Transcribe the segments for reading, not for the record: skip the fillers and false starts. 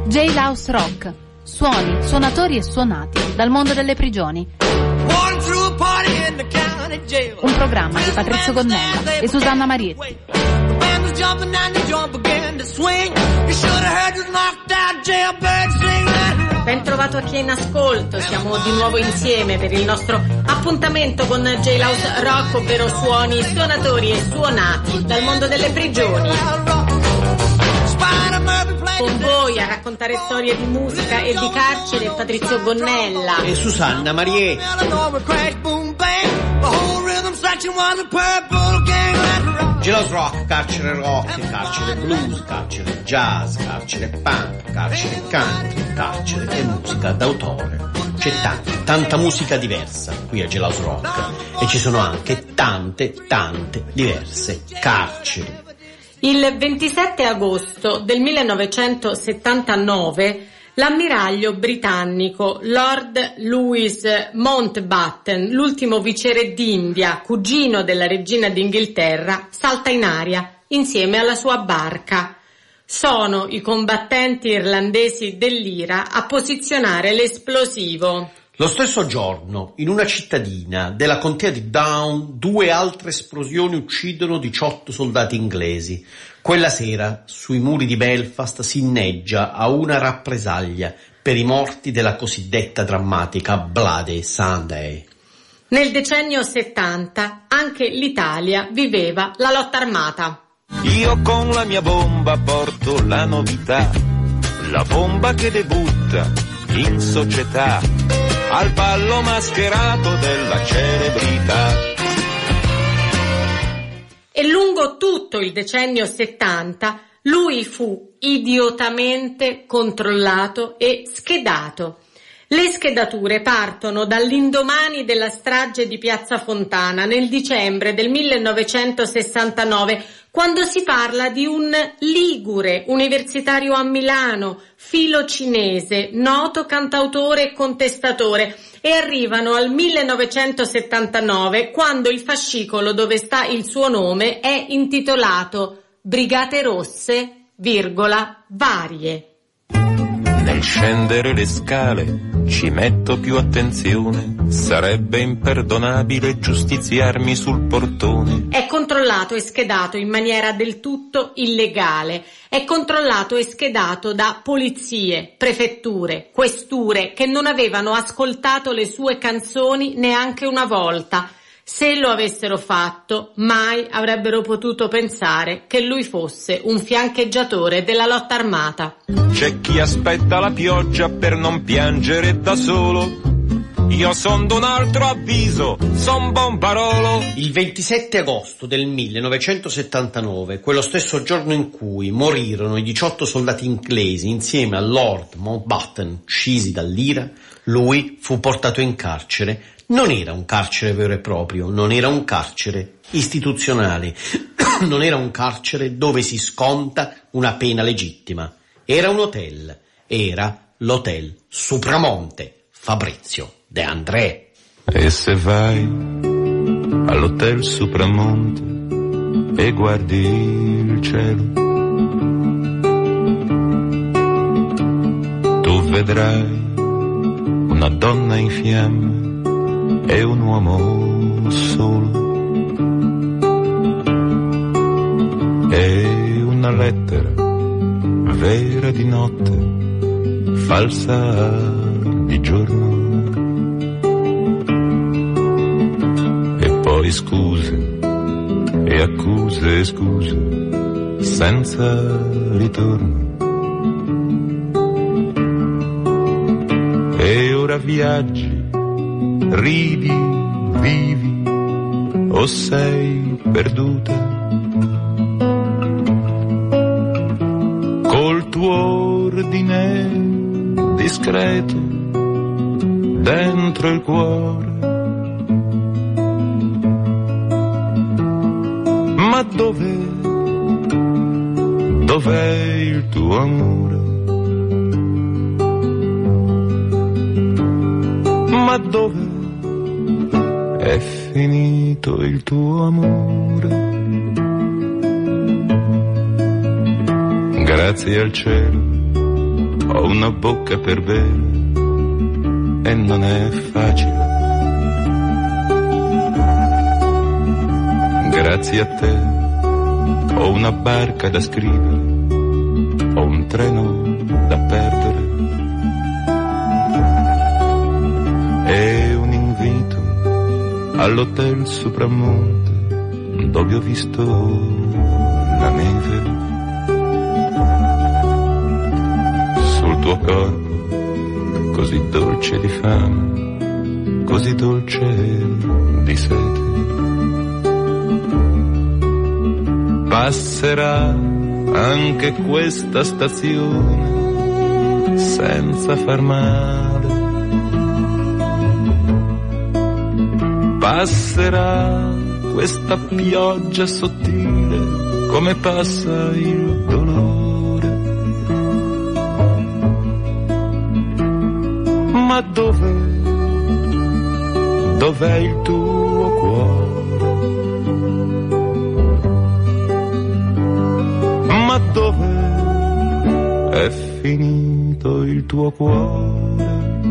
Jailhouse Rock. Suoni, suonatori e suonati dal mondo delle prigioni. Un programma di Patrizio Gonnella e Susanna Marietti. Ben trovato a chi è in ascolto, siamo di nuovo insieme per il nostro appuntamento con Jailhouse Rock, ovvero suoni, suonatori e suonati dal mondo delle prigioni. Con voi a raccontare storie di musica e di carcere Patrizio Gonnella e Susanna Marietti. Jailhouse Rock, carcere blues, carcere jazz, carcere punk, carcere country, carcere e musica d'autore. C'è tanta musica diversa qui a Jailhouse Rock e ci sono anche tante diverse carceri. Il 27 agosto del 1979 l'ammiraglio britannico Lord Louis Mountbatten, l'ultimo viceré d'India, cugino della regina d'Inghilterra, salta in aria insieme alla sua barca. Sono i combattenti irlandesi dell'IRA a posizionare l'esplosivo. Lo stesso giorno, in una cittadina della contea di Down, 2 altre esplosioni uccidono 18 soldati inglesi. Quella sera, sui muri di Belfast, si inneggia a una rappresaglia per i morti della cosiddetta drammatica Bloody Sunday. Nel decennio 70 anche l'Italia viveva la lotta armata. Io con la mia bomba porto la novità, la bomba che debutta in società, al ballo mascherato della celebrità. E lungo tutto il decennio 70 lui fu idiotamente controllato e schedato. Le schedature partono dall'indomani della strage di Piazza Fontana nel dicembre del 1969, quando si parla di un ligure universitario a Milano, filo cinese, noto cantautore e contestatore, e arrivano al 1979, quando il fascicolo dove sta il suo nome è intitolato Brigate Rosse, varie. Nel scendere le scale ci metto più attenzione, sarebbe imperdonabile giustiziarmi sul portone. È controllato e schedato in maniera del tutto illegale, è controllato e schedato da polizie, prefetture, questure che non avevano ascoltato le sue canzoni neanche una volta. Se lo avessero fatto, mai avrebbero potuto pensare che lui fosse un fiancheggiatore della lotta armata. C'è chi aspetta la pioggia per non piangere da solo. Io son d'un altro avviso, son bombarolo. Il 27 agosto del 1979, quello stesso giorno in cui morirono i 18 soldati inglesi insieme a Lord Mountbatten, uccisi dall'IRA, lui fu portato in carcere. Non era un carcere vero e proprio, non era un carcere istituzionale, non era un carcere dove si sconta una pena legittima. Era un hotel, era l'Hotel Supramonte Fabrizio De André. E se vai all'Hotel Supramonte e guardi il cielo, tu vedrai una donna in fiamme e un uomo solo, e una lettera vera di notte, falsa di giorno, e poi scuse e accuse e scuse senza ritorno. E ora viaggi, ridi, vivi, o sei perduta, col tuo ordine discreto dentro il cuore. Ma dov'è il tuo amore? Ma dove è finito il tuo amore? Grazie al cielo Ho una bocca per bere e non è facile. Grazie a te ho una barca da scrivere, ho un treno da perdere e un invito all'hotel Supramonte dove ho visto la neve. Sul tuo corpo così dolce di fame, così dolce di sete. Passerà anche questa stazione senza far male. Passerà questa pioggia sottile come passa il dolore. Ma dov'è il tuo cuore? Ma dove è finito il tuo cuore?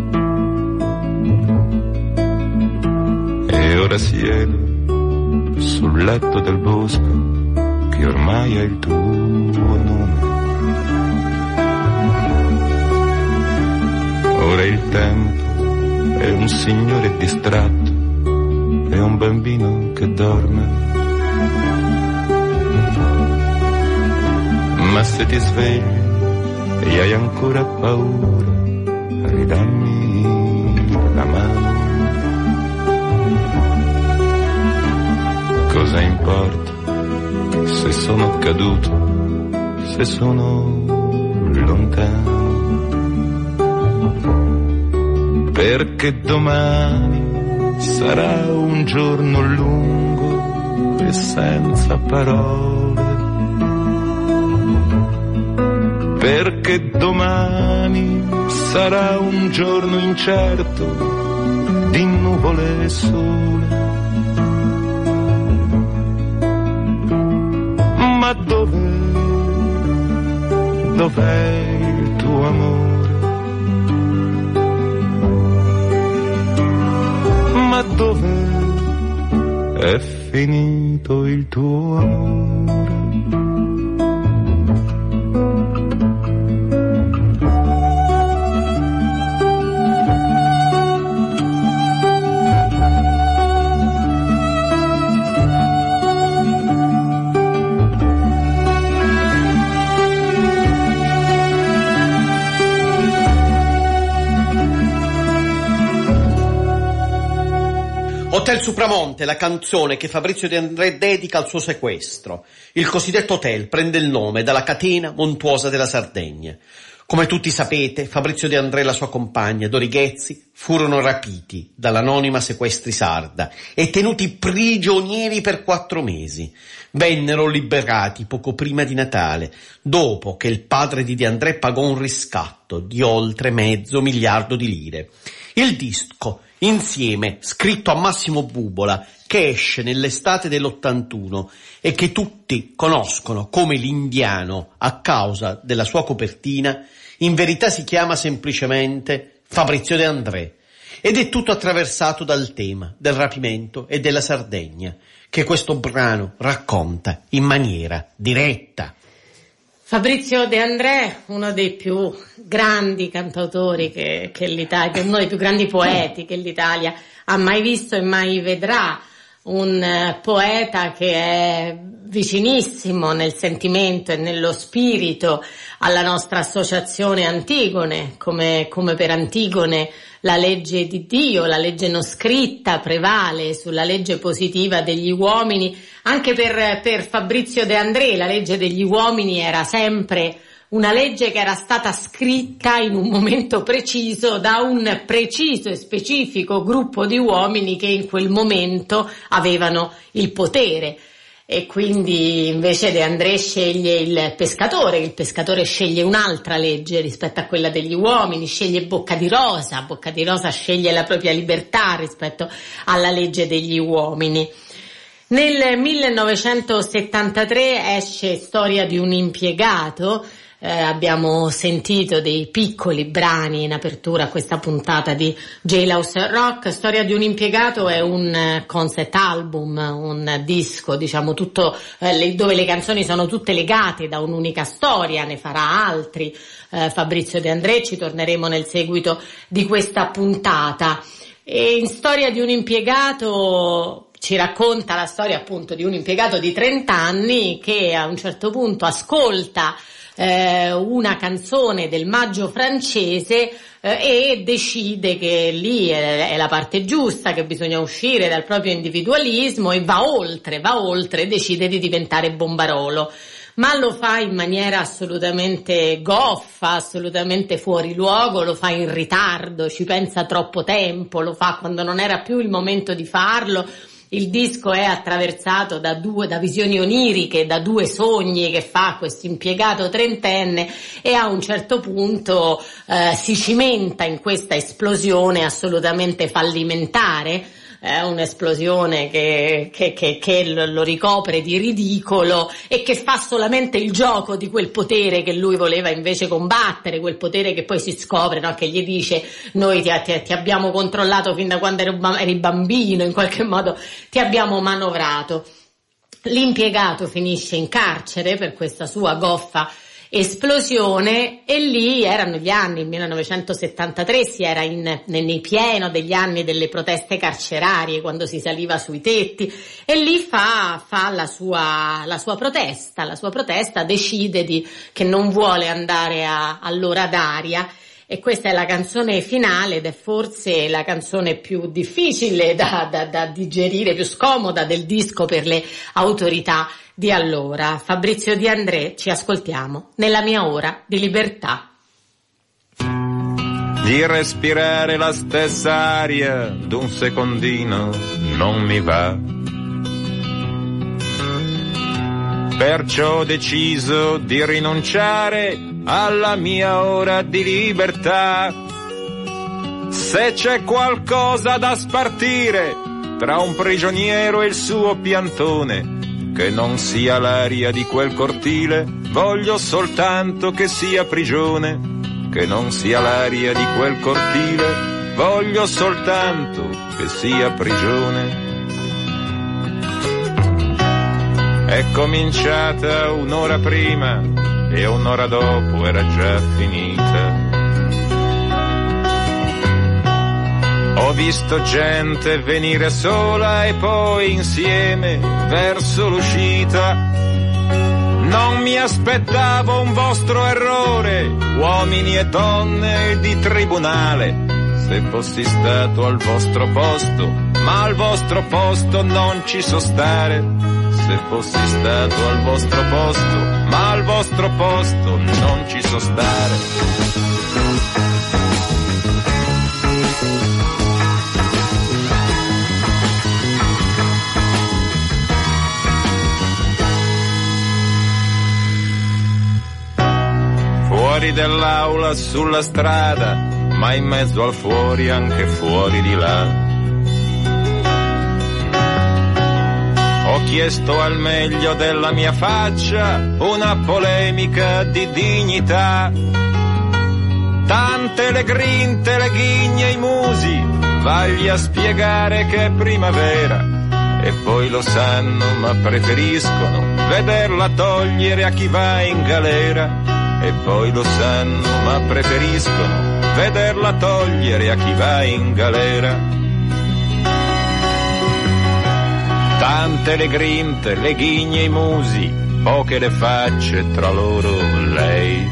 E ora siedo sul letto del bosco che ormai ha il tuo nome. Ora il tempo è un signore distratto e un bambino che dorme. Ma se ti svegli e hai ancora paura, ridammi la mano. Cosa importa se sono caduto, se sono lontano? Perché domani sarà un giorno lungo e senza parole. Perché domani sarà un giorno incerto di nuvole e sole. Ma dov'è il tuo amore? Ma dove è finito il tuo amore? Hotel Supramonte, la canzone che Fabrizio De André dedica al suo sequestro. Il cosiddetto hotel prende il nome dalla catena montuosa della Sardegna. Come tutti sapete, Fabrizio De André e la sua compagna Dori Ghezzi furono rapiti dall'anonima Sequestri Sarda e tenuti prigionieri per 4 mesi. Vennero liberati poco prima di Natale, dopo che il padre di De André pagò un riscatto di oltre $500 milioni di lire. Il disco, insieme, scritto a Massimo Bubola, che esce nell'estate dell'81 e che tutti conoscono come l'Indiano a causa della sua copertina, in verità si chiama semplicemente Fabrizio De André ed è tutto attraversato dal tema del rapimento e della Sardegna, che questo brano racconta in maniera diretta. Fabrizio De André, uno dei più grandi cantautori che l'Italia, uno dei più grandi poeti che l'Italia ha mai visto e mai vedrà, un poeta che è vicinissimo nel sentimento e nello spirito alla nostra associazione Antigone, come per Antigone la legge di Dio, la legge non scritta prevale sulla legge positiva degli uomini. Anche per Fabrizio De André la legge degli uomini era sempre una legge che era stata scritta in un momento preciso da un preciso e specifico gruppo di uomini che in quel momento avevano il potere. E quindi invece De André sceglie il pescatore sceglie un'altra legge rispetto a quella degli uomini, sceglie Bocca di Rosa sceglie la propria libertà rispetto alla legge degli uomini. Nel 1973 esce Storia di un impiegato, abbiamo sentito dei piccoli brani in apertura a questa puntata di Jailhouse Rock. Storia di un impiegato è un concept album, un disco, diciamo, tutto dove le canzoni sono tutte legate da un'unica storia, ne farà altri Fabrizio De André, ci torneremo nel seguito di questa puntata. E in Storia di un impiegato ci racconta la storia appunto di un impiegato di 30 anni che a un certo punto ascolta una canzone del Maggio francese e decide che lì è la parte giusta, che bisogna uscire dal proprio individualismo e va oltre, decide di diventare bombarolo. Ma lo fa in maniera assolutamente goffa, assolutamente fuori luogo, lo fa in ritardo, ci pensa troppo tempo, lo fa quando non era più il momento di farlo. Il disco è attraversato da visioni oniriche, da due sogni che fa questo impiegato trentenne e a un certo punto si cimenta in questa esplosione assolutamente fallimentare. È un'esplosione che lo ricopre di ridicolo e che fa solamente il gioco di quel potere che lui voleva invece combattere, quel potere che poi si scopre, no? Che gli dice: noi ti abbiamo controllato fin da quando eri bambino, in qualche modo ti abbiamo manovrato. L'impiegato finisce in carcere per questa sua goffa esplosione e lì erano gli anni, il 1973, si era nel pieno degli anni delle proteste carcerarie, quando si saliva sui tetti, e lì fa la sua protesta, decide che non vuole andare all'ora d'aria. E questa è la canzone finale ed è forse la canzone più difficile da digerire, più scomoda del disco per le autorità di allora. Fabrizio De André, ci ascoltiamo nella mia ora di libertà. Di respirare la stessa aria d'un secondino non mi va. Perciò ho deciso di rinunciare alla mia ora di libertà. Se c'è qualcosa da spartire tra un prigioniero e il suo piantone, che non sia l'aria di quel cortile, voglio soltanto che sia prigione. Che non sia l'aria di quel cortile, voglio soltanto che sia prigione. È cominciata un'ora prima e un'ora dopo era già finita. Ho visto gente venire sola e poi insieme verso l'uscita. Non mi aspettavo un vostro errore, uomini e donne di tribunale. Se fossi stato al vostro posto, ma al vostro posto non ci so stare. Se fossi stato al vostro posto, ma al vostro posto non ci so stare. Fuori dell'aula, sulla strada, ma in mezzo al fuori, anche fuori di là. Ho chiesto al meglio della mia faccia una polemica di dignità. Tante le grinte, le ghigne, i musi, vagli a spiegare che è primavera. E poi lo sanno ma preferiscono vederla togliere a chi va in galera. E poi lo sanno ma preferiscono vederla togliere a chi va in galera. Tante le grinte, le ghigne, i musi, poche le facce, tra loro lei.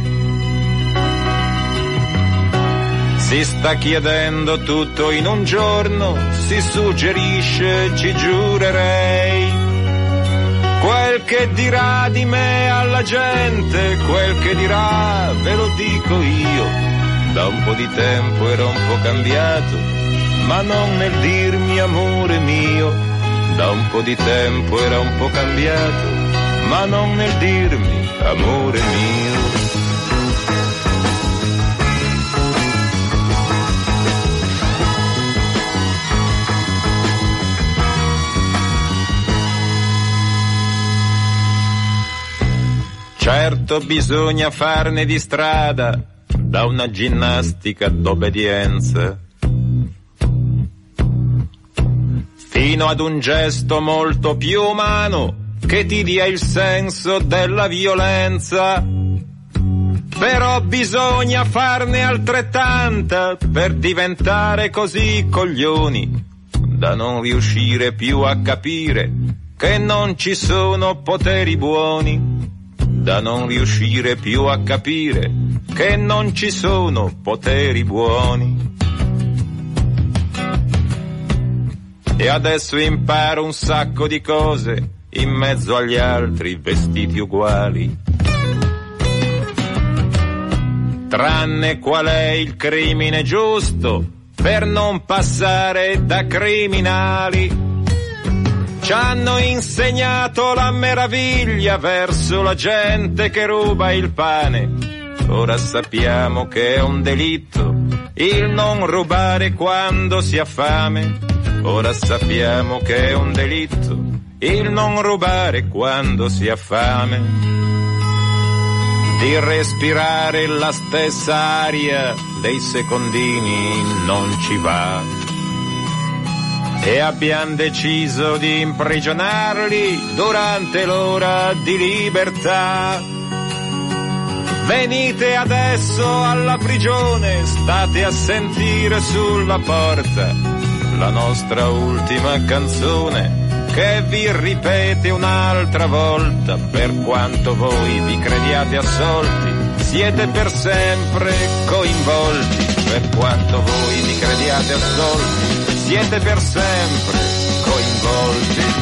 Si sta chiedendo tutto in un giorno, si suggerisce, ci giurerei. Quel che dirà di me alla gente, quel che dirà ve lo dico io. Da un po' di tempo ero un po' cambiato, ma non nel dirmi amore mio. Da un po' di tempo era un po' cambiato, ma non nel dirmi amore mio. certo bisogna farne di strada da una ginnastica d'obbedienza fino ad un gesto molto più umano che ti dia il senso della violenza. Però bisogna farne altrettanta per diventare così coglioni da non riuscire più a capire che non ci sono poteri buoni, da non riuscire più a capire che non ci sono poteri buoni. E adesso imparo un sacco di cose in mezzo agli altri vestiti uguali, tranne qual è il crimine giusto per non passare da criminali. Ci hanno insegnato la meraviglia verso la gente che ruba il pane. Ora sappiamo che è un delitto il non rubare quando si ha fame. Ora sappiamo che è un delitto il non rubare quando si ha fame. Di respirare la stessa aria dei secondini non ci va. E abbiamo deciso di imprigionarli durante l'ora di libertà. Venite adesso alla prigione, state a sentire sulla porta la nostra ultima canzone che vi ripete un'altra volta. Per quanto voi vi crediate assolti, siete per sempre coinvolti. Per quanto voi vi crediate assolti, siete per sempre coinvolti.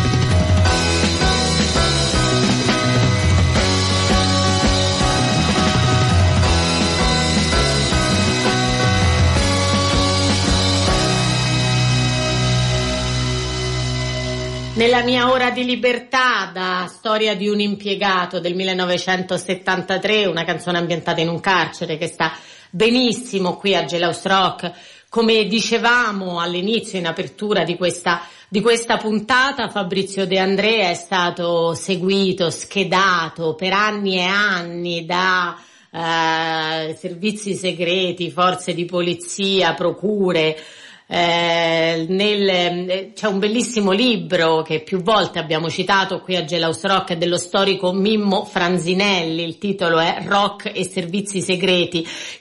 Nella mia ora di libertà, da Storia di un impiegato del 1973, una canzone ambientata in un carcere che sta benissimo qui a Jailhouse Rock. Come dicevamo all'inizio, in apertura di questa puntata, Fabrizio De André è stato seguito, schedato per anni e anni da servizi segreti, forze di polizia, procure. C'è un bellissimo libro che più volte abbiamo citato qui a Jailhouse Rock, dello storico Mimmo Franzinelli. Il titolo è Rock e servizi segreti,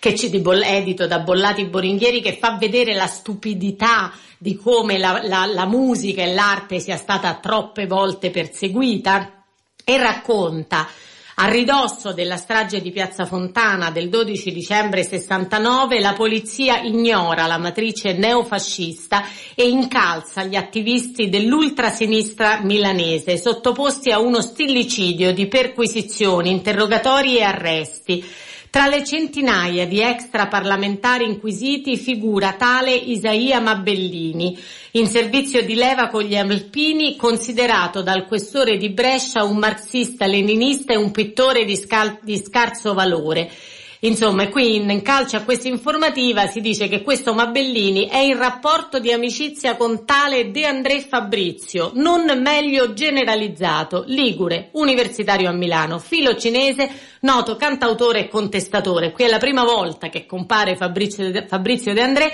edito da Bollati Boringhieri, che fa vedere la stupidità di come la musica e l'arte sia stata troppe volte perseguita, e racconta, a ridosso della strage di Piazza Fontana del 12 dicembre 69, la polizia ignora la matrice neofascista e incalza gli attivisti dell'ultrasinistra milanese, sottoposti a uno stillicidio di perquisizioni, interrogatori e arresti. Tra le centinaia di extraparlamentari inquisiti figura tale Isaia Mabellini, in servizio di leva con gli alpini, considerato dal questore di Brescia un marxista-leninista e un pittore di scarso valore. Insomma, qui in calce a questa informativa si dice che questo Mabellini è in rapporto di amicizia con tale De André Fabrizio, non meglio generalizzato, ligure, universitario a Milano, filo cinese, noto cantautore e contestatore. Qui è la prima volta che compare Fabrizio De André.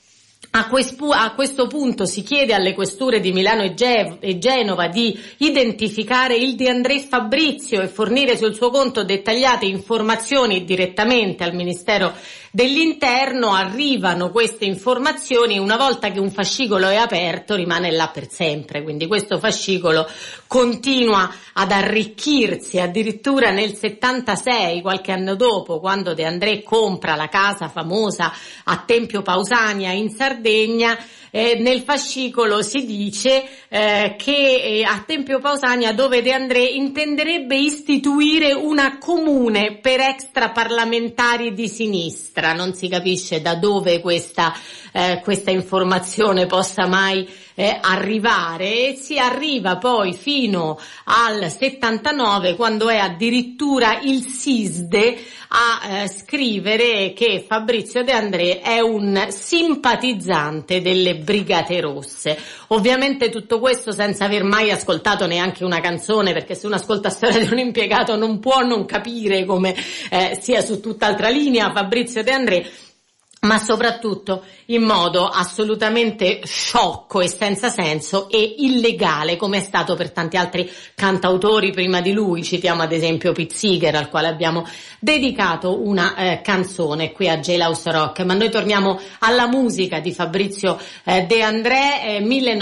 A questo punto si chiede alle questure di Milano e Genova di identificare il De André Fabrizio e fornire sul suo conto dettagliate informazioni direttamente al Ministero dell'Interno. Arrivano queste informazioni, una volta che un fascicolo è aperto rimane là per sempre, quindi questo fascicolo continua ad arricchirsi. Addirittura nel 76, qualche anno dopo, quando De André compra la casa famosa a Tempio Pausania in Sardegna, nel fascicolo si dice che a Tempio Pausania, dove De André intenderebbe istituire una comune per extraparlamentari di sinistra. Non si capisce da dove questa informazione possa mai arrivare, e si arriva poi fino al 79, quando è addirittura il SISDE a scrivere che Fabrizio De André è un simpatizzante delle Brigate Rosse. Ovviamente tutto questo senza aver mai ascoltato neanche una canzone, perché se uno ascolta Storia di un impiegato non può non capire come sia su tutt'altra linea Fabrizio De André, ma soprattutto in modo assolutamente sciocco e senza senso e illegale, come è stato per tanti altri cantautori prima di lui. Citiamo ad esempio Pete Seeger, al quale abbiamo dedicato una canzone qui a Jailhouse Rock. Ma noi torniamo alla musica di Fabrizio De André,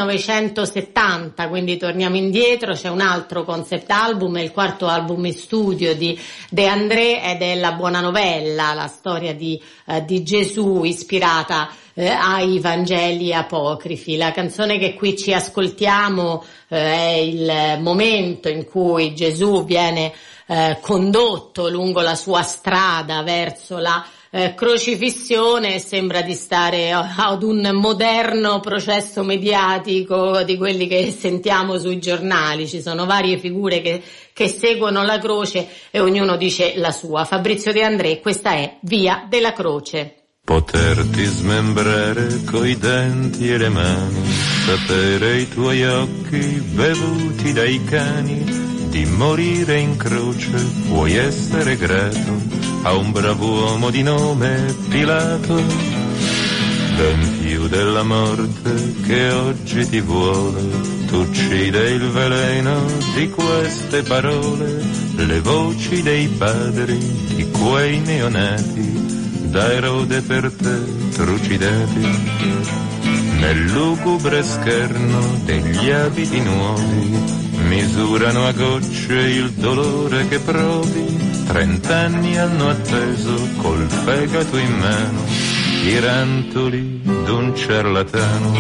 1970, quindi torniamo indietro. C'è un altro concept album, è il quarto album in studio di De André, ed è La Buona Novella, la storia di Gesù ispirata ai Vangeli apocrifi. La canzone che qui ci ascoltiamo è il momento in cui Gesù viene condotto lungo la sua strada verso la crocifissione, e sembra di stare ad un moderno processo mediatico di quelli che sentiamo sui giornali. Ci sono varie figure che seguono la croce e ognuno dice la sua. Fabrizio De André, questa è Via della Croce. Poterti smembrare coi denti e le mani, sapere i tuoi occhi bevuti dai cani, di morire in croce puoi essere grato a un brav'uomo di nome Pilato, ben più della morte che oggi ti vuole. Tu uccide il veleno di queste parole, le voci dei padri di quei neonati, da Erode per te trucidati, nel lugubre scherno degli abiti nuovi, misurano a gocce il dolore che provi. 30 anni hanno atteso col fegato in mano i rantoli d'un ciarlatano.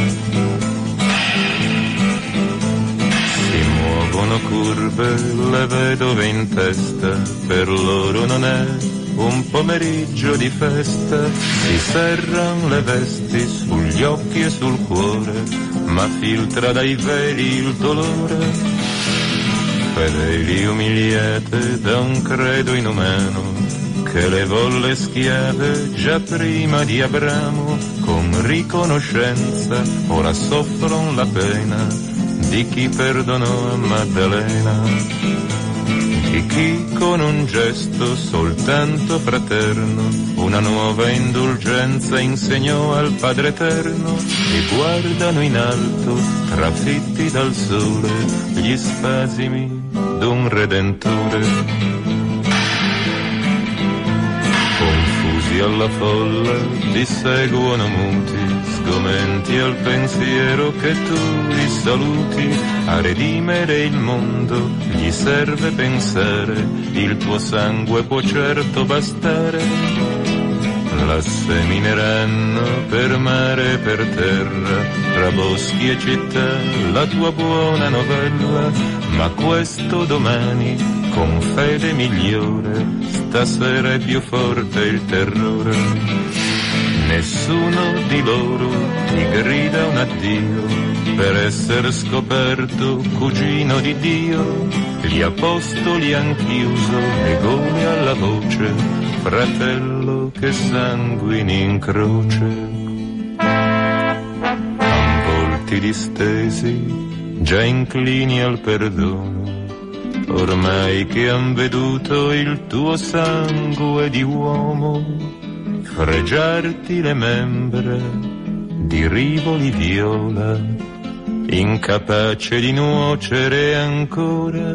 Si muovono curve le vedove in testa, per loro non è un pomeriggio di festa. Si serran le vesti sugli occhi e sul cuore, ma filtra dai veli il dolore. Fedeli umiliate da un credo inumano, che levò le schiave già prima di Abramo. Con riconoscenza ora soffron la pena di chi perdonò a Maddalena, di chi con un gesto soltanto fraterno una nuova indulgenza insegnò al Padre Eterno. E guardano in alto, trafitti dal sole, gli spasimi d'un Redentore. Confusi alla folla ti seguono muti, sgomenti al pensiero che tu li saluti. A redimere il mondo gli serve pensare, il tuo sangue può certo bastare. La semineranno per mare e per terra, tra boschi e città, la tua buona novella. Ma questo domani, con fede migliore, stasera è più forte il terrore. Nessuno di loro ti grida un addio per essere scoperto cugino di Dio. Gli apostoli han chiuso le gole alla voce, fratello che sanguini in croce. Han volti distesi, già inclini al perdono, ormai che han veduto il tuo sangue di uomo fregiarti le membra di rivoli viola, incapace di nuocere ancora.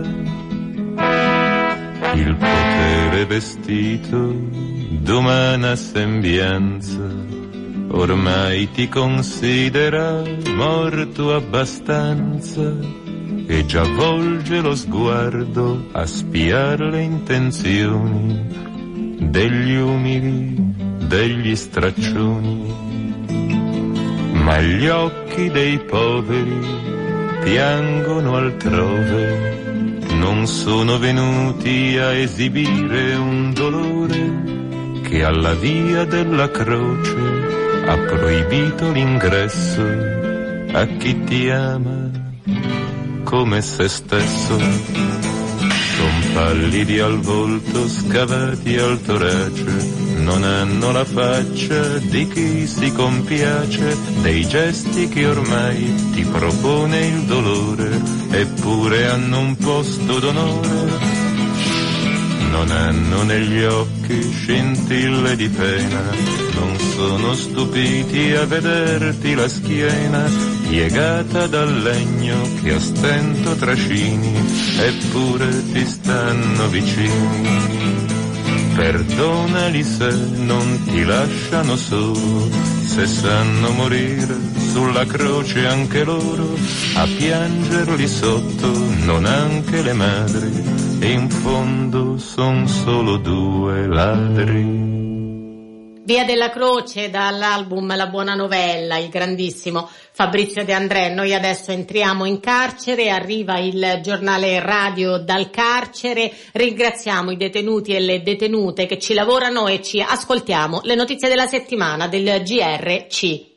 Il potere vestito d'umana sembianza ormai ti considera morto abbastanza, e già volge lo sguardo a spiar le intenzioni degli umili, degli straccioni. Ma gli occhi dei poveri piangono altrove, non sono venuti a esibire un dolore che alla via della croce ha proibito l'ingresso a chi ti ama come se stesso. Son pallidi al volto, scavati al torace, non hanno la faccia di chi si compiace dei gesti che ormai ti propone il dolore, eppure hanno un posto d'onore. Non hanno negli occhi scintille di pena, non sono stupiti a vederti la schiena piegata dal legno che a stento trascini, eppure ti stanno vicini. Perdonali se non ti lasciano solo, se sanno morire sulla croce anche loro, a piangerli sotto non anche le madri, in fondo son solo due ladri. Via della Croce, dall'album La Buona Novella, il grandissimo Fabrizio De André. Noi adesso entriamo in carcere, arriva il giornale radio dal carcere, ringraziamo i detenuti e le detenute che ci lavorano e ci ascoltiamo le notizie della settimana del GRC.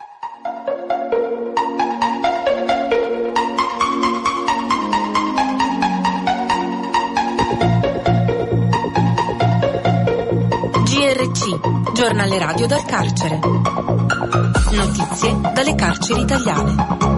GRC, giornale radio dal carcere. Notizie dalle carceri italiane.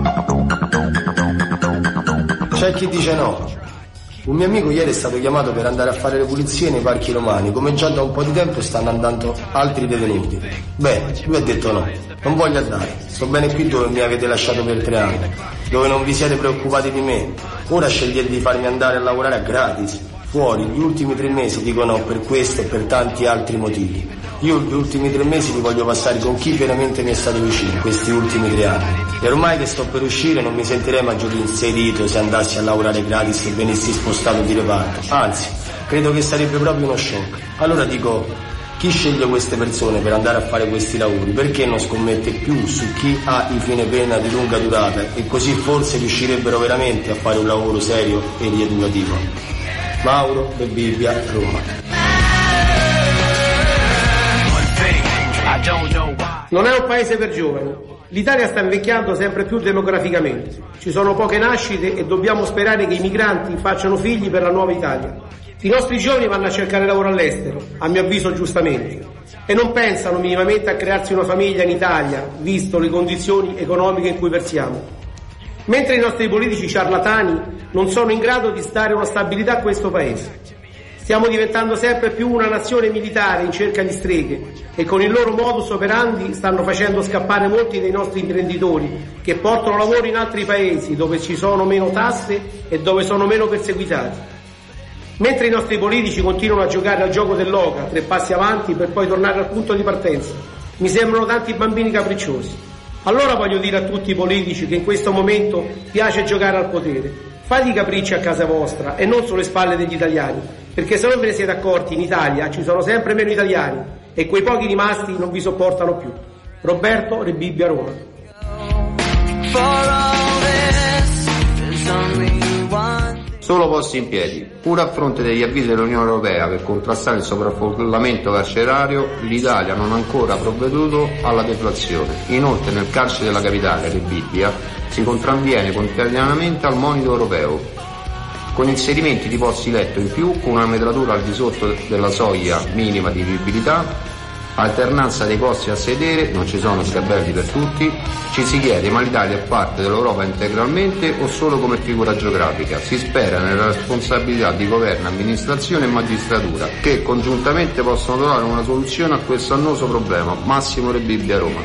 C'è chi dice no. Un mio amico ieri è stato chiamato per andare a fare le pulizie nei parchi romani, come già da un po' di tempo stanno andando altri detenuti. Beh, lui ha detto no, non voglio andare, sto bene qui dove mi avete lasciato per 3 anni, dove non vi siete preoccupati di me. Ora scegliete di farmi andare a lavorare a gratis. Fuori, gli ultimi 3 mesi dico no per questo e per tanti altri motivi. Io gli ultimi 3 mesi li voglio passare con chi veramente mi è stato vicino, questi ultimi 3 anni. E ormai che sto per uscire non mi sentirei maggiore inserito se andassi a lavorare gratis e venissi spostato di reparto. Anzi, credo che sarebbe proprio uno shock. Allora dico, chi sceglie queste persone per andare a fare questi lavori? Perché non scommette più su chi ha i fine pena di lunga durata e così forse riuscirebbero veramente a fare un lavoro serio e rieducativo? Mauro De Bibbia, Roma. Non è un paese per giovani. L'Italia sta invecchiando sempre più demograficamente. Ci sono poche nascite e dobbiamo sperare che i migranti facciano figli per la nuova Italia. I nostri giovani vanno a cercare lavoro all'estero, a mio avviso giustamente, e non pensano minimamente a crearsi una famiglia in Italia, visto le condizioni economiche in cui versiamo. Mentre i nostri politici ciarlatani non sono in grado di dare una stabilità a questo paese. Stiamo diventando sempre più una nazione militare in cerca di streghe e con il loro modus operandi stanno facendo scappare molti dei nostri imprenditori che portano lavoro in altri paesi dove ci sono meno tasse e dove sono meno perseguitati. Mentre i nostri politici continuano a giocare al gioco dell'oca, 3 passi avanti per poi tornare al punto di partenza. Mi sembrano tanti bambini capricciosi. Allora voglio dire a tutti i politici che in questo momento piace giocare al potere: fate i capricci a casa vostra e non sulle spalle degli italiani, perché se non ve ne siete accorti in Italia ci sono sempre meno italiani e quei pochi rimasti non vi sopportano più. Roberto Re Bibbia, Roma. Solo posti in piedi. Pur a fronte degli avvisi dell'Unione Europea per contrastare il sovraffollamento carcerario, l'Italia non ha ancora provveduto alla deflazione. Inoltre nel carcere della capitale, Re Bibbia, si contravviene quotidianamente al monito europeo, con inserimenti di posti letto in più, con una metratura al di sotto della soglia minima di vivibilità, alternanza dei posti a sedere, non ci sono sgabelli per tutti. Ci si chiede: ma l'Italia è parte dell'Europa integralmente o solo come figura geografica? Si spera nella responsabilità di governo, amministrazione e magistratura, che congiuntamente possono trovare una soluzione a questo annoso problema. Massimo Re Bibbia, Roma.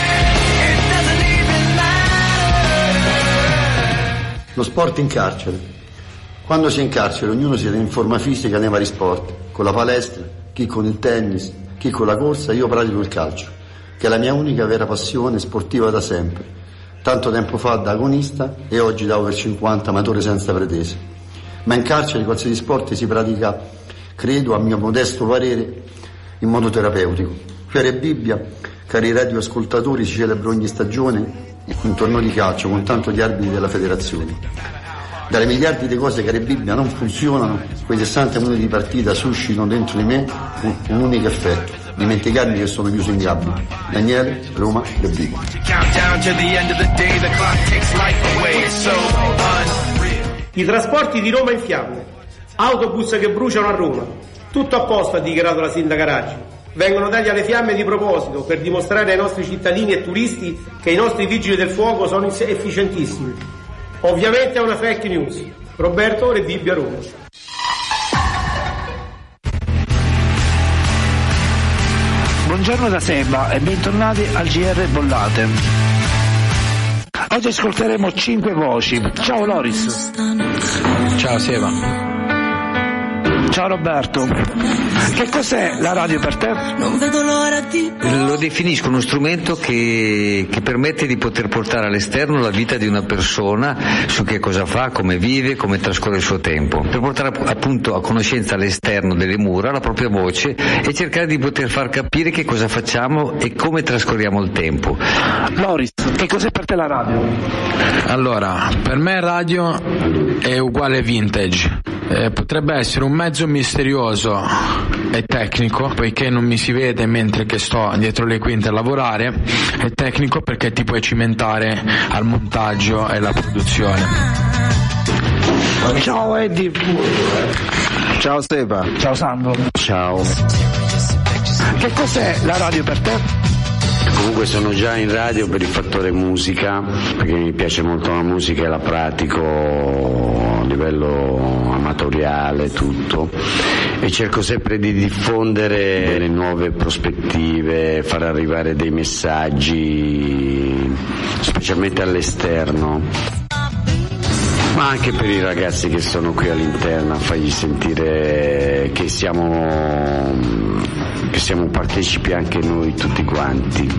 Lo sport in carcere. Quando si è in carcere ognuno siede in forma fisica nei vari sport, con la palestra, chi con il tennis, chi con la corsa. Io pratico il calcio, che è la mia unica vera passione sportiva da sempre, tanto tempo fa da agonista e oggi da over 50 amatore senza pretese. Ma in carcere qualsiasi sport si pratica, credo, a mio modesto parere, in modo terapeutico. Qui a Re Bibbia, cari radioascoltatori, si celebra ogni stagione un torneo di calcio con tanto di arbitri della federazione. Dalle miliardi di cose che a Re Bibbia non funzionano, quei 60 minuti di partita suscitano dentro di me un unico effetto: dimenticarmi che sono chiuso in gabbia. Daniele, Roma, Rebico. I trasporti di Roma in fiamme, autobus che bruciano a Roma. Tutto a posto, ha dichiarato la sindaca Raggi. Vengono dati alle fiamme di proposito per dimostrare ai nostri cittadini e turisti che i nostri vigili del fuoco sono efficientissimi. Ovviamente è una fake news. Roberto Rebibbia, Roma. Buongiorno da Seba e bentornati al GR Bollate. Oggi ascolteremo 5 voci. Ciao Loris. Ciao Seba. Ciao Roberto. Che cos'è la radio per te? Non vedo l'ora di... Lo definisco uno strumento che permette di poter portare all'esterno la vita di una persona, su che cosa fa, come vive, come trascorre il suo tempo, per portare appunto a conoscenza all'esterno delle mura la propria voce e cercare di poter far capire che cosa facciamo e come trascorriamo il tempo. Loris, che cos'è per te la radio? Allora, per me radio è uguale vintage. Potrebbe essere un mezzo misterioso e tecnico, poiché non mi si vede mentre che sto dietro le quinte a lavorare. È tecnico perché ti puoi cimentare al montaggio e alla produzione. Ciao Eddie. Ciao Seba. Ciao Sandro. Ciao. Che cos'è la radio per te? Comunque sono già in radio per il fattore musica, perché mi piace molto la musica e la pratico a livello amatoriale, tutto, e cerco sempre di diffondere le nuove prospettive, far arrivare dei messaggi, specialmente all'esterno, ma anche per i ragazzi che sono qui all'interno, a fargli sentire che siamo partecipi anche noi tutti quanti.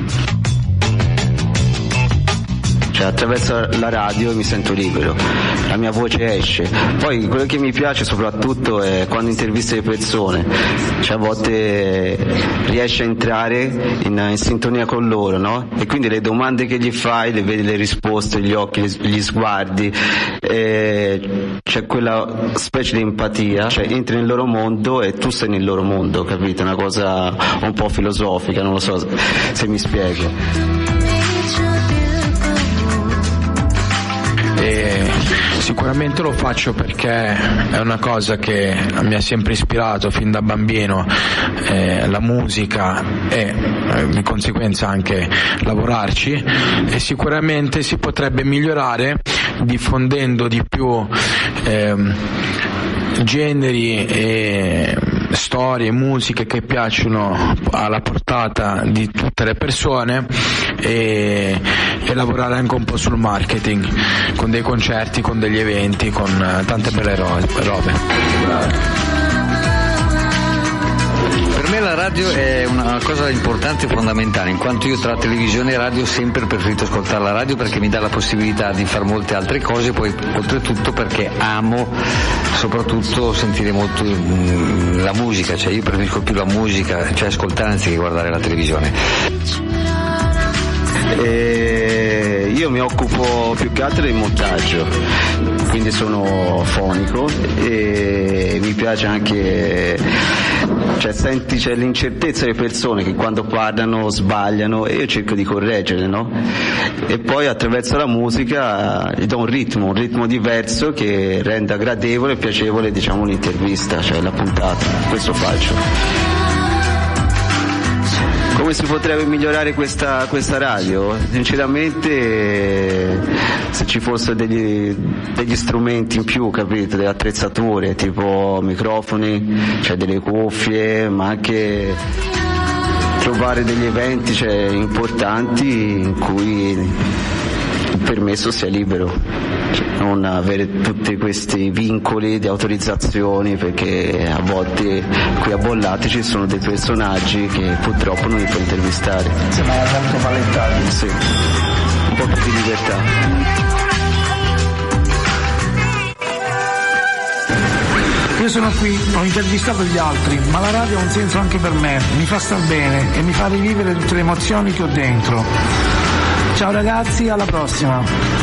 Cioè, attraverso la radio mi sento libero, la mia voce esce. Poi quello che mi piace soprattutto è quando intervisto le persone, cioè a volte riesci a entrare in sintonia con loro, no? E quindi le domande che gli fai, le vedi le risposte, gli occhi, gli sguardi, c'è quella specie di empatia, cioè entri nel loro mondo e tu sei nel loro mondo, capito? Una cosa un po' filosofica, non lo so se mi spiego. Sicuramente lo faccio perché è una cosa che mi ha sempre ispirato fin da bambino, la musica e di conseguenza anche lavorarci, e sicuramente si potrebbe migliorare diffondendo di più generi e storie, musiche che piacciono alla portata di tutte le persone, e lavorare anche un po' sul marketing, con dei concerti, con degli eventi, con tante belle robe. Per me la radio è una cosa importante e fondamentale, in quanto io tra televisione e radio ho sempre preferito ascoltare la radio, perché mi dà la possibilità di fare molte altre cose, poi oltretutto perché amo soprattutto sentire molto la musica, cioè io preferisco più la musica, cioè ascoltare anziché guardare la televisione. Io mi occupo più che altro del montaggio, quindi sono fonico e mi piace anche, cioè senti c'è l'incertezza delle persone che quando parlano sbagliano e io cerco di correggere, no? E poi attraverso la musica gli do un ritmo diverso che renda gradevole e piacevole, diciamo, l'intervista, cioè la puntata. Questo faccio. Come si potrebbe migliorare questa radio? Sinceramente, se ci fossero degli strumenti in più, capito, delle attrezzature, tipo microfoni, cioè delle cuffie, ma anche trovare degli eventi, cioè, importanti in cui il permesso sia libero, cioè, non avere tutti questi vincoli di autorizzazioni, perché a volte qui a Bollate ci sono dei personaggi che purtroppo non li puoi intervistare. Sembra molto palettati. Sì, un po' più di libertà. Io sono qui, ho intervistato gli altri, ma la radio ha un senso anche per me, mi fa star bene e mi fa rivivere tutte le emozioni che ho dentro. Ciao ragazzi, alla prossima!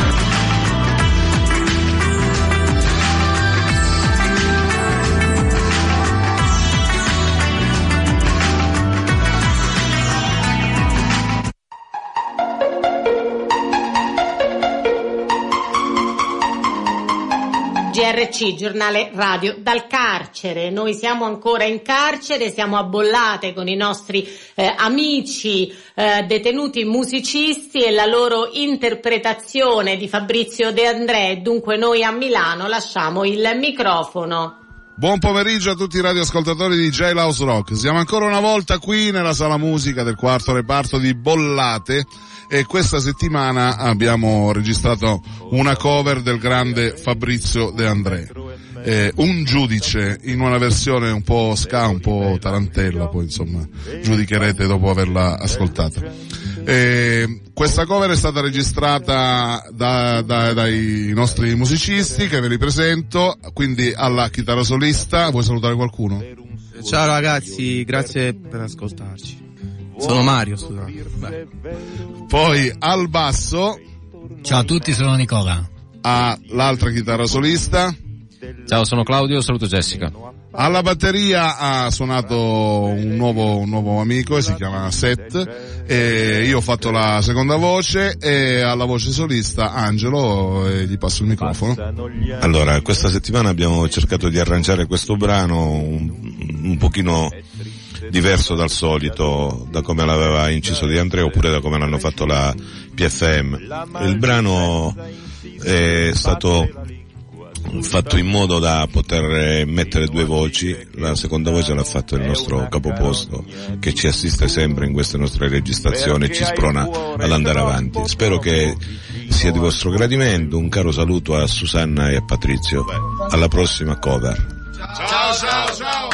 GRC, giornale radio dal carcere. Noi siamo ancora in carcere, siamo a Bollate con i nostri amici detenuti musicisti e la loro interpretazione di Fabrizio De André. Dunque noi a Milano lasciamo il microfono. Buon pomeriggio a tutti i radioascoltatori di Jailhouse Rock. Siamo ancora una volta qui nella sala musica del quarto reparto di Bollate e questa settimana abbiamo registrato una cover del grande Fabrizio De André. Un giudice in una versione un po' ska, un po' tarantella, poi insomma giudicherete dopo averla ascoltata. Questa cover è stata registrata dai nostri musicisti che ve li presento, quindi alla chitarra solista. Vuoi salutare qualcuno? Ciao ragazzi, grazie per ascoltarci. Sono Mario, scusate. Poi al basso. Ciao a tutti, sono Nicola. All'altra chitarra solista. Ciao, sono Claudio, saluto Jessica. Alla batteria ha suonato un nuovo amico e si chiama Seth, e io ho fatto la seconda voce, e alla voce solista Angelo, e gli passo il microfono. Allora, questa settimana abbiamo cercato di arrangiare questo brano un pochino diverso dal solito, da come l'aveva inciso De André oppure da come l'hanno fatto la PFM. Il brano è stato fatto in modo da poter mettere due voci. La seconda voce l'ha fatto il nostro capoposto, che ci assiste sempre in queste nostre registrazioni e ci sprona ad andare avanti. Spero che sia di vostro gradimento. Un caro saluto a Susanna e a Patrizio. Alla prossima cover. Ciao ciao ciao.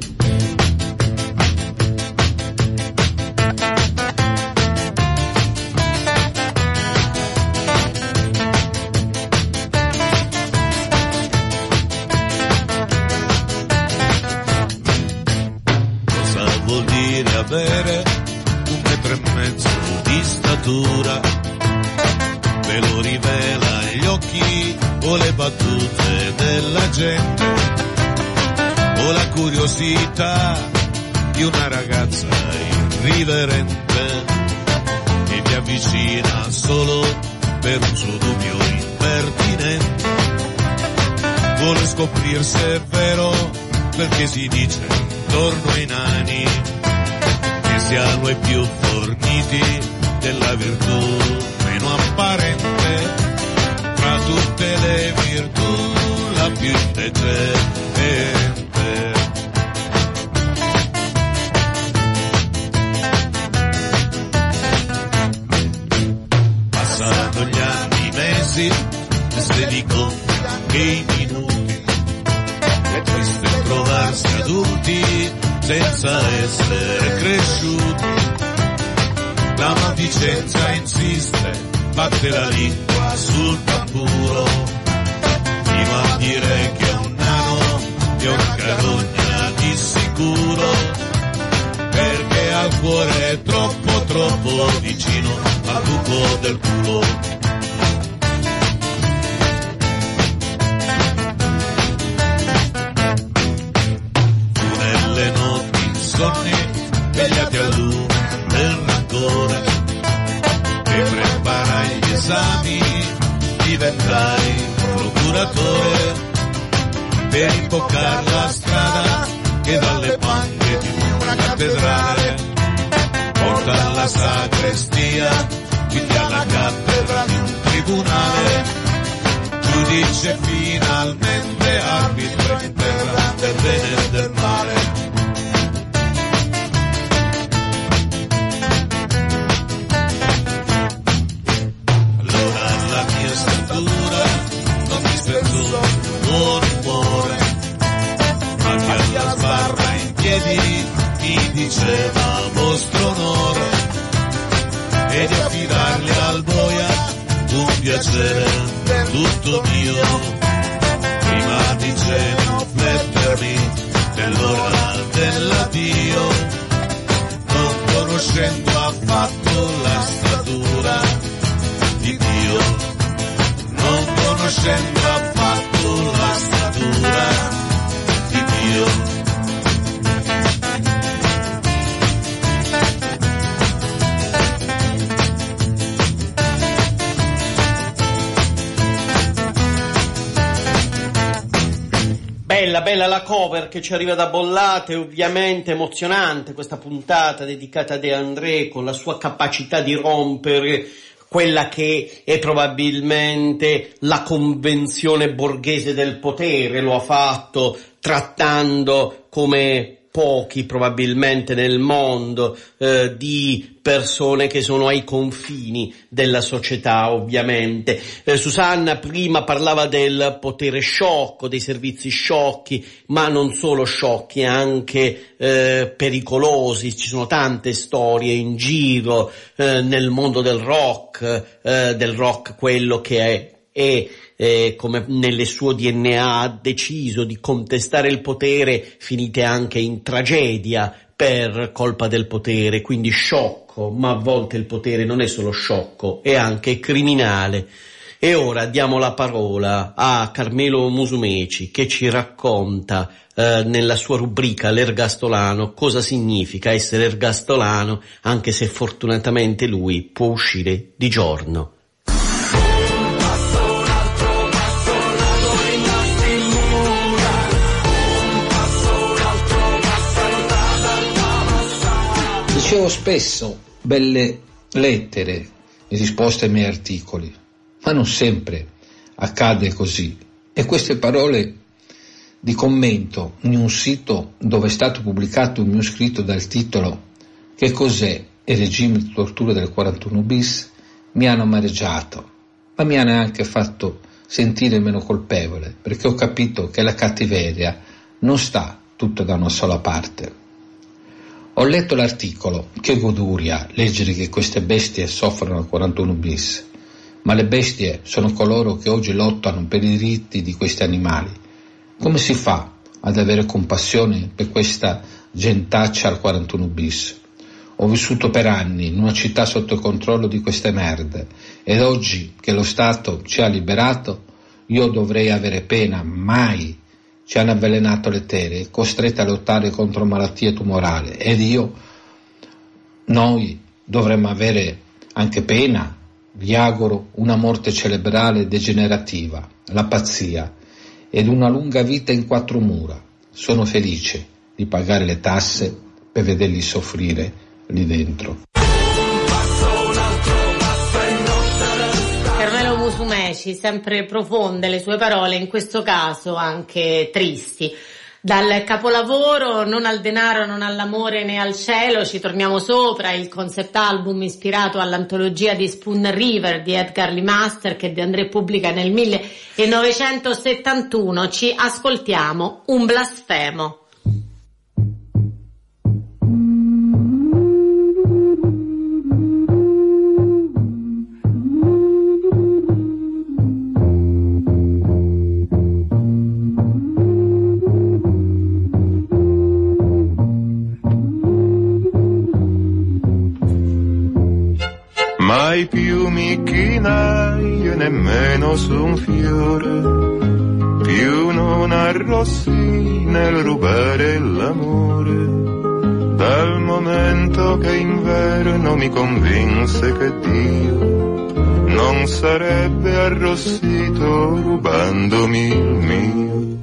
Avere 1,5 metri di statura, ve lo rivela gli occhi o le battute della gente, o la curiosità di una ragazza irriverente che vi avvicina solo per un suo dubbio impertinente. Vuole scoprir se è vero quel che si dice intorno ai nani, che siano i più forniti della virtù meno apparente, tra tutte le virtù la più intelligente. Passano gli anni, i mesi, se dico che i minuti, è triste trovarsi adulti senza essere cresciuti. La maldicenza insiste, batte la lingua sul tamburo, fino a dire che un nano è una carogna di sicuro, perché al cuore è troppo vicino al buco del culo. Vegliati a lume del rancore, e preparai gli esami, diventai procuratore, per imboccare la strada che dalle panche di una cattedrale porta alla sagrestia, quindi alla cattedra di un tribunale, giudice finalmente, arbitro in terra del bene e del male. Mi diceva vostro onore, e di affidarli al boia un piacere tutto mio, prima di genuflettermi nell'ora dell'addio, non conoscendo affatto la statura di Dio, non conoscendo affatto la statura di Dio. Bella la cover che ci arriva da Bollate, ovviamente emozionante questa puntata dedicata a De André con la sua capacità di rompere quella che è probabilmente la convenzione borghese del potere. Lo ha fatto trattando come pochi probabilmente nel mondo di persone che sono ai confini della società, ovviamente. Susanna prima parlava del potere sciocco, dei servizi sciocchi, ma non solo sciocchi, anche pericolosi. Ci sono tante storie in giro nel mondo del rock quello che è come nelle suo DNA ha deciso di contestare il potere, finite anche in tragedia per colpa del potere, quindi sciocco, ma a volte il potere non è solo sciocco, è anche criminale. E ora diamo la parola a Carmelo Musumeci che ci racconta nella sua rubrica L'Ergastolano cosa significa essere ergastolano, anche se fortunatamente lui può uscire di giorno. Ricevo spesso belle lettere in risposta ai miei articoli, ma non sempre accade così. E queste parole di commento in un sito dove è stato pubblicato un mio scritto dal titolo "Che cos'è il regime di tortura del 41 bis?" mi hanno amareggiato, ma mi hanno anche fatto sentire meno colpevole, perché ho capito che la cattiveria non sta tutta da una sola parte. Ho letto l'articolo, che goduria leggere che queste bestie soffrono al 41 bis, ma le bestie sono coloro che oggi lottano per i diritti di questi animali. Come si fa ad avere compassione per questa gentaccia al 41 bis? Ho vissuto per anni in una città sotto il controllo di queste merde ed oggi che lo Stato ci ha liberato io dovrei avere pena? Mai! Ci hanno avvelenato le tere, costrette a lottare contro malattie tumorali ed noi dovremmo avere anche pena. Vi auguro una morte cerebrale degenerativa, la pazzia ed una lunga vita in quattro mura. Sono felice di pagare le tasse per vederli soffrire lì dentro. Carmelo Musumeci, sempre profonde le sue parole, in questo caso anche tristi. Dal capolavoro Non al denaro, non all'amore né al cielo ci torniamo sopra, il concept album ispirato all'antologia di Spoon River di Edgar Lee Master che De André pubblica nel 1971. Ci ascoltiamo Un blasfemo. Mai più mi chinai e nemmeno su un fiore, più non arrossi nel rubare l'amore, dal momento che inverno mi convinse che Dio non sarebbe arrossito rubandomi il mio.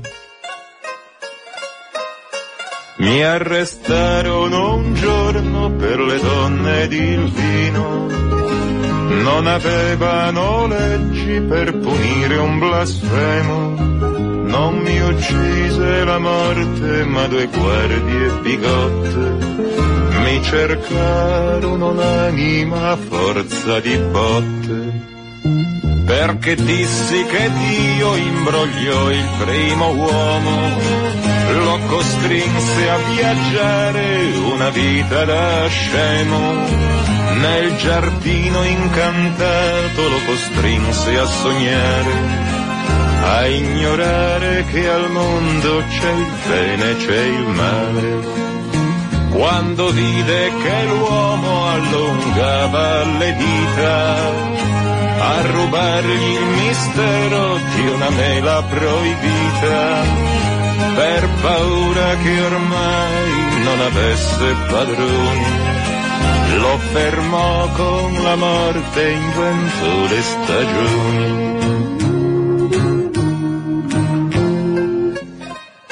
Mi arrestarono un giorno per le donne ed il vino, non avevano leggi per punire un blasfemo, non mi uccise la morte ma due guardie bigotte, mi cercarono un'anima a forza di botte, perché dissi che Dio imbrogliò il primo uomo, lo costrinse a viaggiare una vita da scemo, nel giardino incantato lo costrinse a sognare, a ignorare che al mondo c'è il bene e c'è il male. Quando vide che l'uomo allungava le dita a rubargli il mistero di una mela proibita, per paura che ormai non avesse padroni, lo fermò con la morte in vento le stagioni.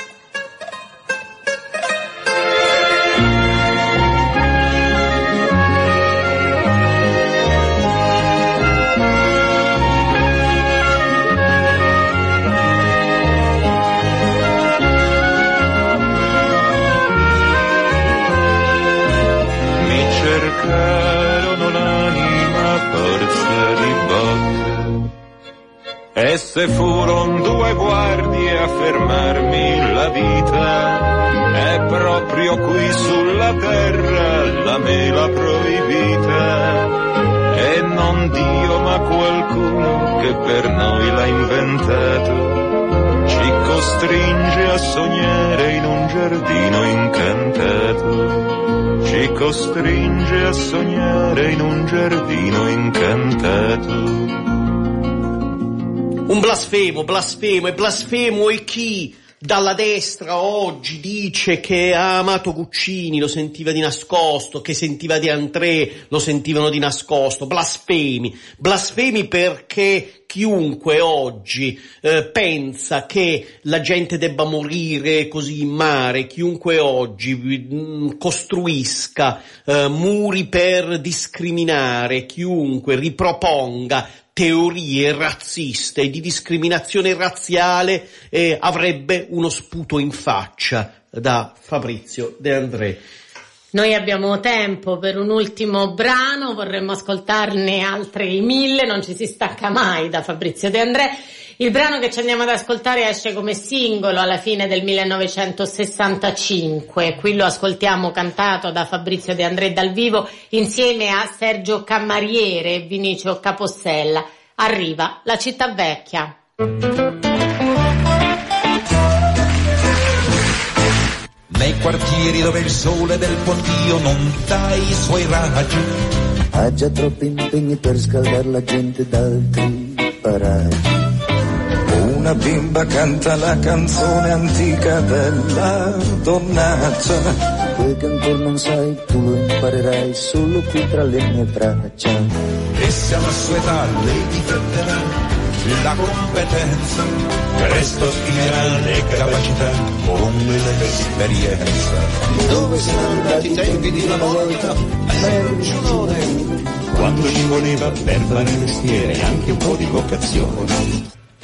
E se furon 2 guardie a fermarmi la vita, è proprio qui sulla terra la mela proibita. E non Dio ma qualcuno che per noi l'ha inventato, ci costringe a sognare in un giardino incantato, ci costringe a sognare in un giardino incantato. Un blasfemo, e blasfemo è chi dalla destra oggi dice che ha amato Guccini, lo sentiva di nascosto, che sentiva De André, lo sentivano di nascosto. Blasfemi perché chiunque oggi pensa che la gente debba morire così in mare, chiunque oggi costruisca muri per discriminare, chiunque riproponga teorie razziste di discriminazione razziale avrebbe uno sputo in faccia da Fabrizio De André. Noi abbiamo tempo per un ultimo brano, vorremmo ascoltarne altri 1000, non ci si stacca mai da Fabrizio De André. Il brano che ci andiamo ad ascoltare esce come singolo alla fine del 1965, qui lo ascoltiamo cantato da Fabrizio De André dal vivo insieme a Sergio Cammariere e Vinicio Capossella. Arriva La città vecchia. Nei quartieri dove il sole del Pontio non dà i suoi raggi, ha già troppi impegni per scaldare la gente d'altri paraggi. Una bimba canta la canzone antica della donnaccia. Quel che ancora non sai tu lo imparerai solo qui tra le mie braccia. E se alla sua età lei difenderà la competenza, presto sfiderà le capacità come l'esperienza. Dove sono andati i tempi di una volta? Giunone, quando ci voleva per fare mestiere e anche un po' di vocazione.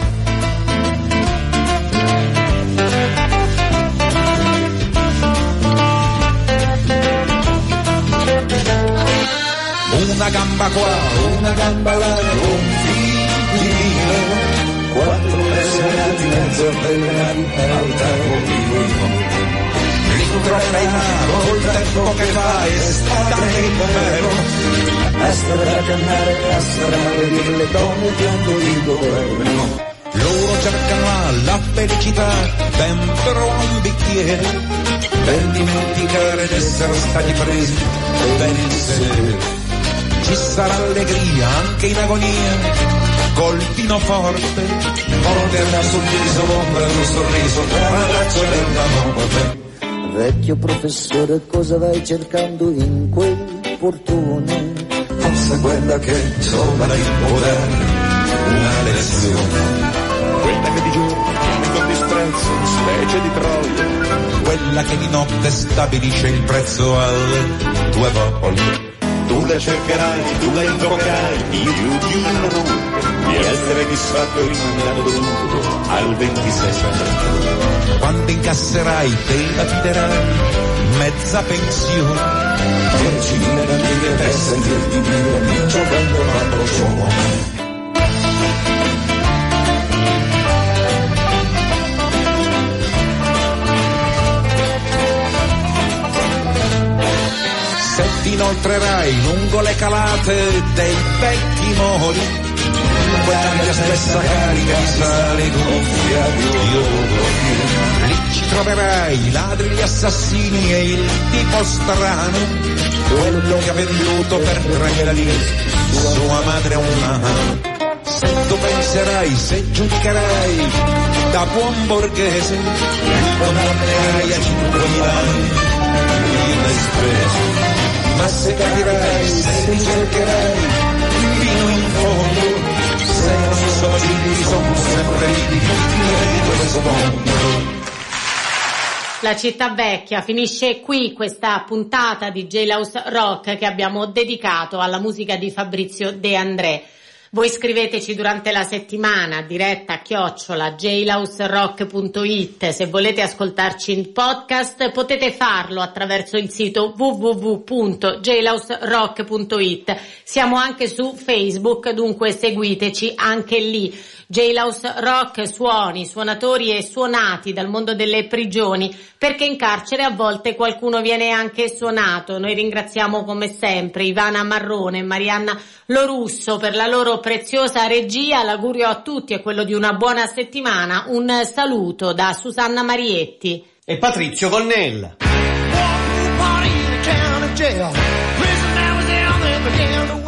Una gamba qua, una gamba là, un figlio, 4 personaggi mezzo avvelenati al tavolino. L'intronato col tempo che fa estate in vero, a stare a cannare, a stare a maledire le donne biondo di governo. Loro cercano la felicità dentro un bicchiere, per dimenticare d'essere stati presi per il sedere. Ci sarà allegria anche in agonia, col vino forte, morderà sul viso l'ombra di un sorriso, una braccia della morte. Vecchio professore, cosa vai cercando in quel portone? Forse quella che giovane può dare una lezione. Quella che di giorno viene con disprezzo, specie di Troia. Quella che di notte stabilisce il prezzo alle tue volte. Tu la cercherai, tu la invocherai, io di una notte, di essere disfatto rimanendo dovuto al 26 settembre. Quando incasserai te la fiderai, mezza pensione, 10.000 antiche per sentirti dire, giocando a brocione. Ti inoltrerai lungo le calate dei vecchi moli, quella mia stessa carica di sale gonfia di odori. Lì ci troverai i ladri, gli assassini e il tipo strano, quello che ha venduto per 3.000 lire sua madre a un anno. Se tu penserai, se giudicherai da buon borghese, condannerai a 5.000 anni di spese. Ma se capirai, se ti cercherai fino in fondo, se non sono figli, sono sempre vittime di questo mondo. La città vecchia finisce qui questa puntata di Jailhouse Rock che abbiamo dedicato alla musica di Fabrizio De André. Voi scriveteci durante la settimana, diretta @jailhouserock.it. Se volete ascoltarci in podcast potete farlo attraverso il sito www.jailhouserock.it. Siamo anche su Facebook, dunque seguiteci anche lì. Jailhouse Rock, suoni, suonatori e suonati dal mondo delle prigioni, perché in carcere a volte qualcuno viene anche suonato. Noi ringraziamo come sempre Ivana Marrone e Marianna Lorusso per la loro preziosa regia. L'augurio a tutti è quello di una buona settimana. Un saluto da Susanna Marietti e Patrizio Connella.